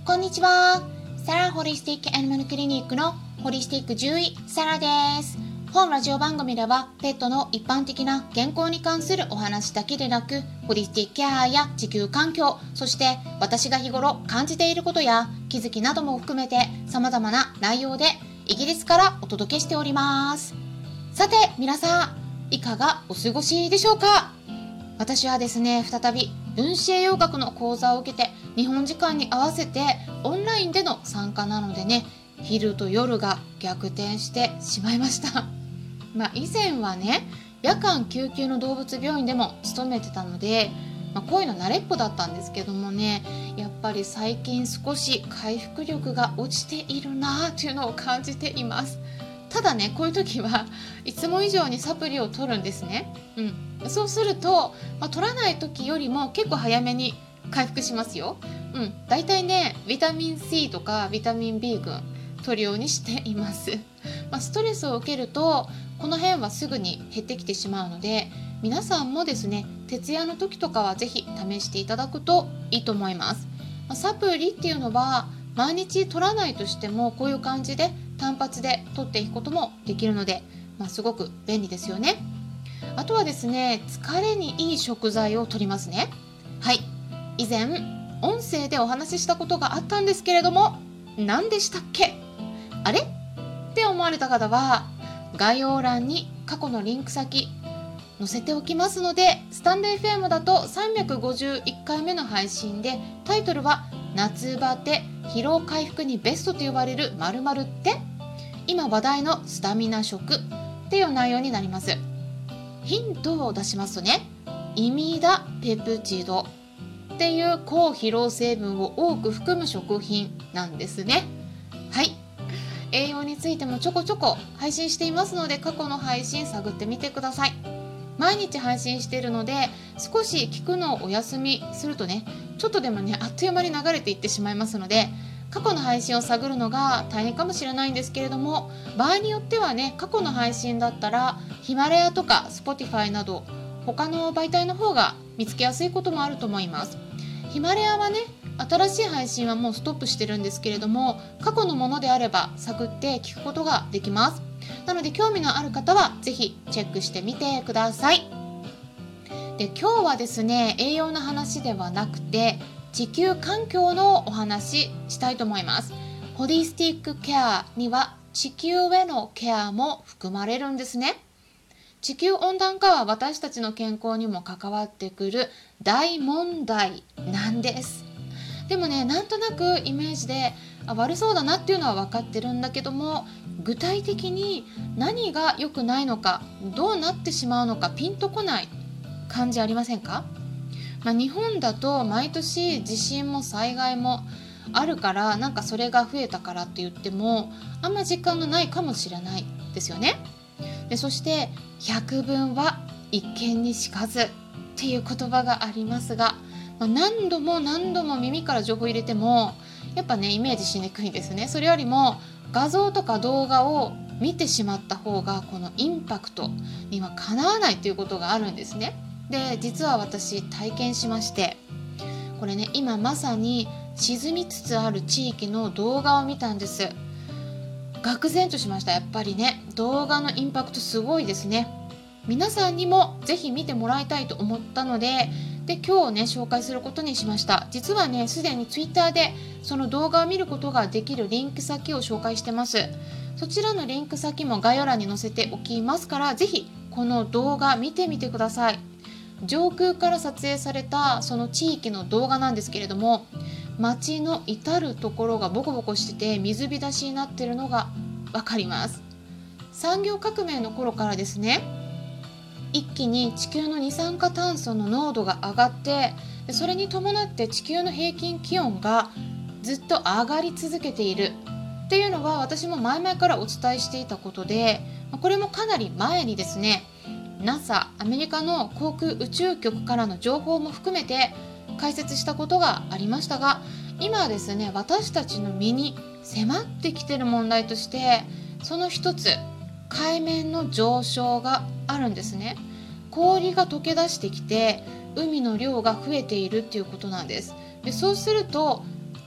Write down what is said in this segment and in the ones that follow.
こんにちは。サラホリスティックアニマルクリニックのホリスティック獣医サラです。本ラジオ番組ではペットの一般的な健康に関するお話だけでなく、ホリスティックケアや地球環境、そして私が日頃感じていることや気づきなども含めて様々な内容でイギリスからお届けしております。さて皆さん、いかがお過ごしでしょうか？私はですね、再び分子栄養学の講座を受けて日本時間に合わせてオンラインでの参加なのでね、昼と夜が逆転してしまいました以前はね、夜間救急の動物病院でも勤めてたので、こういうの慣れっこだったんですけどもね、やっぱり最近少し回復力が落ちているなというのを感じています。ただね、こういう時はいつも以上にサプリを取るんですね。そうすると、取らない時よりも結構早めに回復しますよ。だいたいね、ビタミン C とかビタミン B 群取るようにしています。ストレスを受けるとこの辺はすぐに減ってきてしまうので、皆さんもですね、徹夜の時とかはぜひ試していただくといいと思います。サプリっていうのは毎日取らないとしても、こういう感じで単発で取っていくこともできるので、すごく便利ですよね。あとはですね、疲れにいい食材を取りますね。はい、以前音声でお話ししたことがあったんですけれども、何でしたっけ？あれ？って思われた方は概要欄に過去のリンク先載せておきますので、スタンド FM だと351回目の配信で、タイトルは夏バテ疲労回復にベストと呼ばれる〇〇って今話題のスタミナ食っていう内容になります。ヒントを出しますとね、イミダペプチドっていう抗疲労成分を多く含む食品なんですね。はい、栄養についてもちょこちょこ配信していますので、過去の配信探ってみてください。毎日配信しているので、少し聞くのをお休みするとね、ちょっとでもね、あっという間に流れていってしまいますので、過去の配信を探るのが大変かもしれないんですけれども、場合によってはね、過去の配信だったらヒマラヤとか Spotify など他の媒体の方が見つけやすいこともあると思います。ヒマラヤはね、新しい配信はもうストップしてるんですけれども、過去のものであれば探って聞くことができます。なので興味のある方はぜひチェックしてみてください。で、今日はですね、栄養の話ではなくて地球環境のお話したいと思います。ホリスティックケアには地球へのケアも含まれるんですね。地球温暖化は私たちの健康にも関わってくる大問題なんです。でもね、なんとなくイメージで悪そうだなっていうのは分かってるんだけども、具体的に何が良くないのか、どうなってしまうのかピンとこない感じありませんか？日本だと毎年地震も災害もあるから、なんかそれが増えたからって言ってもあんま実感がないかもしれないですよね。で、そして百聞は一見にしかずっていう言葉がありますが、何度も何度も耳から情報入れてもやっぱね、イメージしにくいんですね。それよりも画像とか動画を見てしまった方がこのインパクトにはかなわないということがあるんですね。で、実は私体験しまして、これね、今まさに沈みつつある地域の動画を見たんです。愕然としました。やっぱりね、動画のインパクトすごいですね。皆さんにもぜひ見てもらいたいと思ったので、今日ね、紹介することにしました。実はね、すでに Twitter でその動画を見ることができるリンク先を紹介してます。そちらのリンク先も概要欄に載せておきますから、ぜひこの動画見てみてください。上空から撮影されたその地域の動画なんですけれども、街の至るところがボコボコしてて水浸しになっているのがわかります。産業革命の頃からですね、一気に地球の二酸化炭素の濃度が上がって、それに伴って地球の平均気温がずっと上がり続けているっていうのは、私も前々からお伝えしていたことで、これもかなり前にですね、 NASA アメリカの航空宇宙局からの情報も含めて解説したことがありましたが、今はですね、私たちの身に迫ってきている問題として、その一つ、海面の上昇があるんですね。氷が溶け出してきて海の量が増えているっていうことなんです。で、そうすると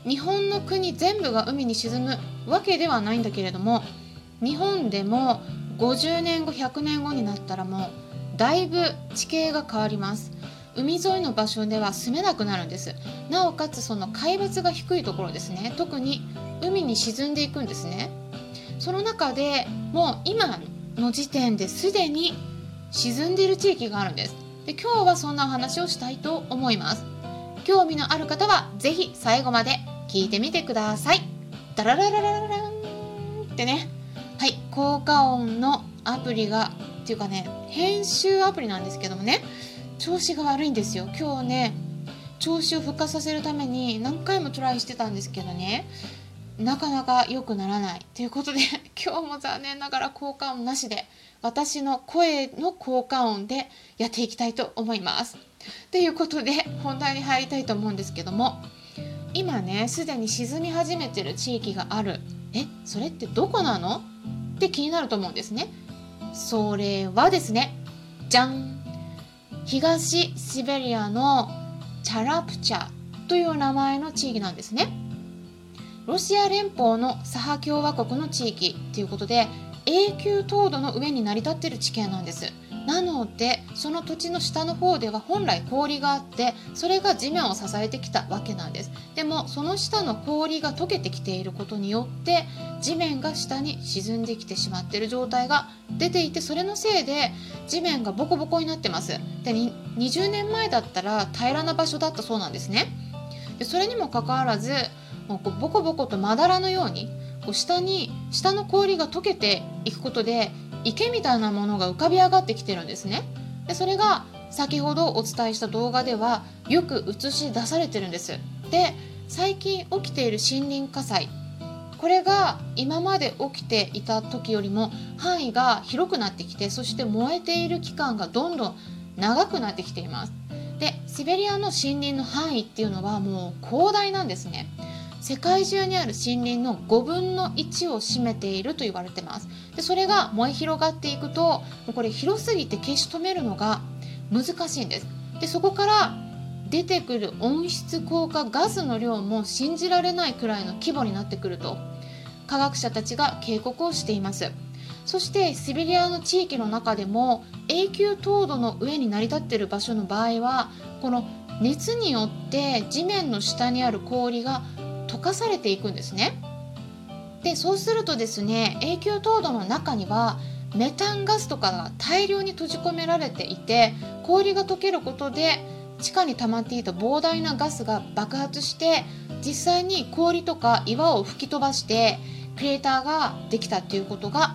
日本の国全部が海に沈むわけではないんだけれども、日本でも50年後100年後になったらもうだいぶ地形が変わります。海沿いの場所では住めなくなるんです。なおかつその海抜が低いところですね、特に海に沈んでいくんですね。その中でもう今の時点ですでに沈んでいる地域があるんです。で、今日はそんなお話をしたいと思います。興味のある方はぜひ最後まで聞いてみてください。ダラララララランってね、はい、効果音のアプリがっていうかね、編集アプリなんですけどもね、調子が悪いんですよ。今日ね、調子を復活させるために何回もトライしてたんですけどね、なかなか良くならないということで、今日も残念ながら効果音なしで、私の声の効果音でやっていきたいと思います。ということで本題に入りたいと思うんですけども、今ねすでに沈み始めてる地域がある。それってどこなのって気になると思うんですね。それはですね、じゃん、東シベリアのチャラプチャという名前の地域なんですね。ロシア連邦のサハ共和国の地域ということで、永久凍土の上に成り立っている地形なんです。なのでその土地の下の方では本来氷があって、それが地面を支えてきたわけなんです。でもその下の氷が溶けてきていることによって地面が下に沈んできてしまっている状態が出ていて、それのせいで地面がボコボコになってます。で、20年前だったら平らな場所だったそうなんですね。で、それにもかかわらずもうボコボコとまだらのように下の氷が溶けていくことで池みたいなものが浮かび上がってきてるんですね。で、それが先ほどお伝えした動画ではよく映し出されてるんです。で、最近起きている森林火災、これが今まで起きていた時よりも範囲が広くなってきて、そして燃えている期間がどんどん長くなってきています。で、シベリアの森林の範囲っていうのはもう広大なんですね。世界中にある森林の5分の1を占めていると言われています。で、それが燃え広がっていくと、もうこれ広すぎて消し止めるのが難しいんです。で、そこから出てくる温室効果ガスの量も信じられないくらいの規模になってくると科学者たちが警告をしています。そしてシベリアの地域の中でも永久凍土の上に成り立っている場所の場合は、この熱によって地面の下にある氷が溶かされていくんですね。で、そうするとですね、永久凍土の中にはメタンガスとかが大量に閉じ込められていて、氷が溶けることで地下に溜まっていた膨大なガスが爆発して実際に氷とか岩を吹き飛ばしてクレーターができたということが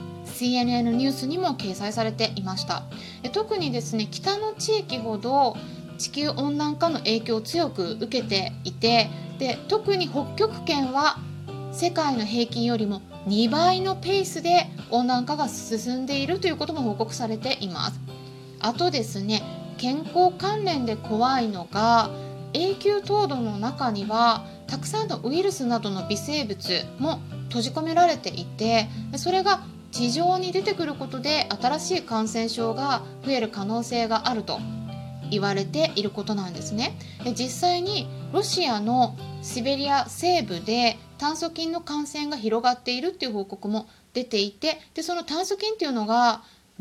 CNN ニュースにも掲載されていました。特にですね、北の地域ほど地球温暖化の影響を強く受けていて、で、特に北極圏は世界の平均よりも2倍のペースで温暖化が進んでいるということも報告されています。あとですね、健康関連で怖いのが、永久凍土の中にはたくさんのウイルスなどの微生物も閉じ込められていて、それが地上に出てくることで新しい感染症が増える可能性があると言われていることなんですね。で、実際にロシアのシベリア西部で炭疽菌の感染が広がっているっていう報告も出ていて、で、その炭疽菌っていうのが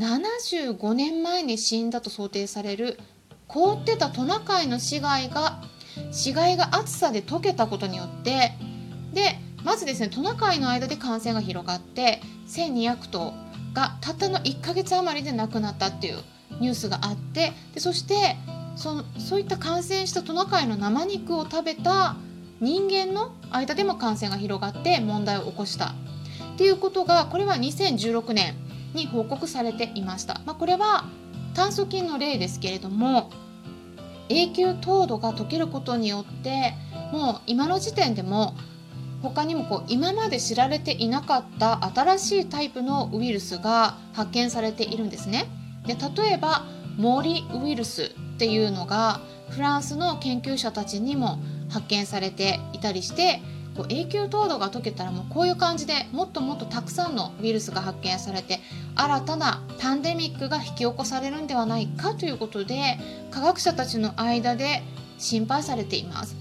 75年前に死んだと想定される凍ってたトナカイの死骸が暑さで溶けたことによって、で、まずですね、トナカイの間で感染が広がって1200頭がたったの1ヶ月余りで亡くなったっていうニュースがあって、で、そしてそういった感染したトナカイの生肉を食べた人間の間でも感染が広がって問題を起こしたっていうことが、これは2016年に報告されていました。これは炭疽菌の例ですけれども、永久凍土が溶けることによってもう今の時点でも他にも今まで知られていなかった新しいタイプのウイルスが発見されているんですね。で、例えばモリウイルスっていうのがフランスの研究者たちにも発見されていたりして、永久凍土が溶けたらもうこういう感じでもっともっとたくさんのウイルスが発見されて新たなパンデミックが引き起こされるんではないかということで科学者たちの間で心配されています。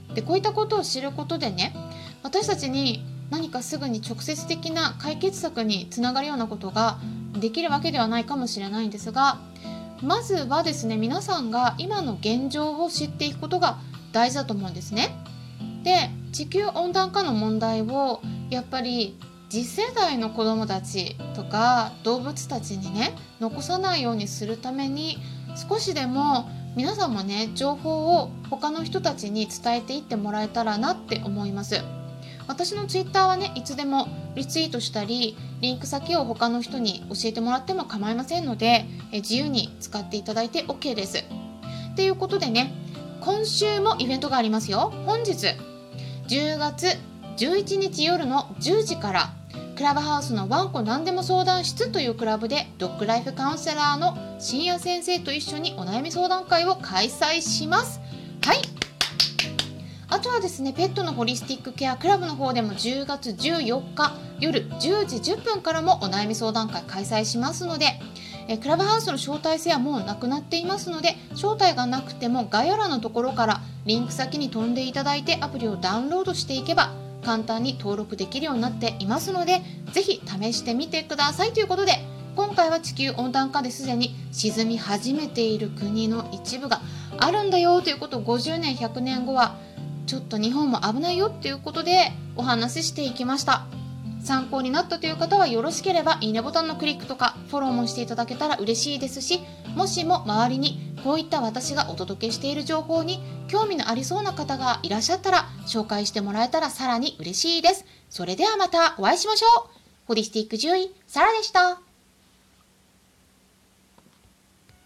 でこういったことを知ることでね、私たちに何かすぐに直接的な解決策につながるようなことができるわけではないかもしれないんですが、まずはですね、皆さんが今の現状を知っていくことが大事だと思うんですね。で、地球温暖化の問題をやっぱり次世代の子どもたちとか動物たちにね、残さないようにするために、少しでも皆さんもね、情報を他の人たちに伝えていってもらえたらなって思います。私のツイッターはね、いつでもリツイートしたり、リンク先を他の人に教えてもらっても構いませんので、自由に使っていただいて OK です。ということでね、今週もイベントがありますよ。本日10月11日夜の10時からクラブハウスのワンコ何でも相談室というクラブでドッグライフカウンセラーの深夜先生と一緒にお悩み相談会を開催します。はい。あとはですね、ペットのホリスティックケアクラブの方でも10月14日夜10時10分からもお悩み相談会開催しますので、クラブハウスの招待制はもうなくなっていますので、招待がなくても概要欄のところからリンク先に飛んでいただいてアプリをダウンロードしていけば簡単に登録できるようになっていますので、ぜひ試してみてくださいということで、今回は地球温暖化ですでに沈み始めている国の一部があるんだよということを、50年100年後はちょっと日本も危ないよっていうことでお話ししていきました。参考になったという方はよろしければいいねボタンのクリックとかフォローもしていただけたら嬉しいですし、もしも周りにこういった私がお届けしている情報に興味のありそうな方がいらっしゃったら紹介してもらえたらさらに嬉しいです。それではまたお会いしましょう。ホリスティック獣医サラでした。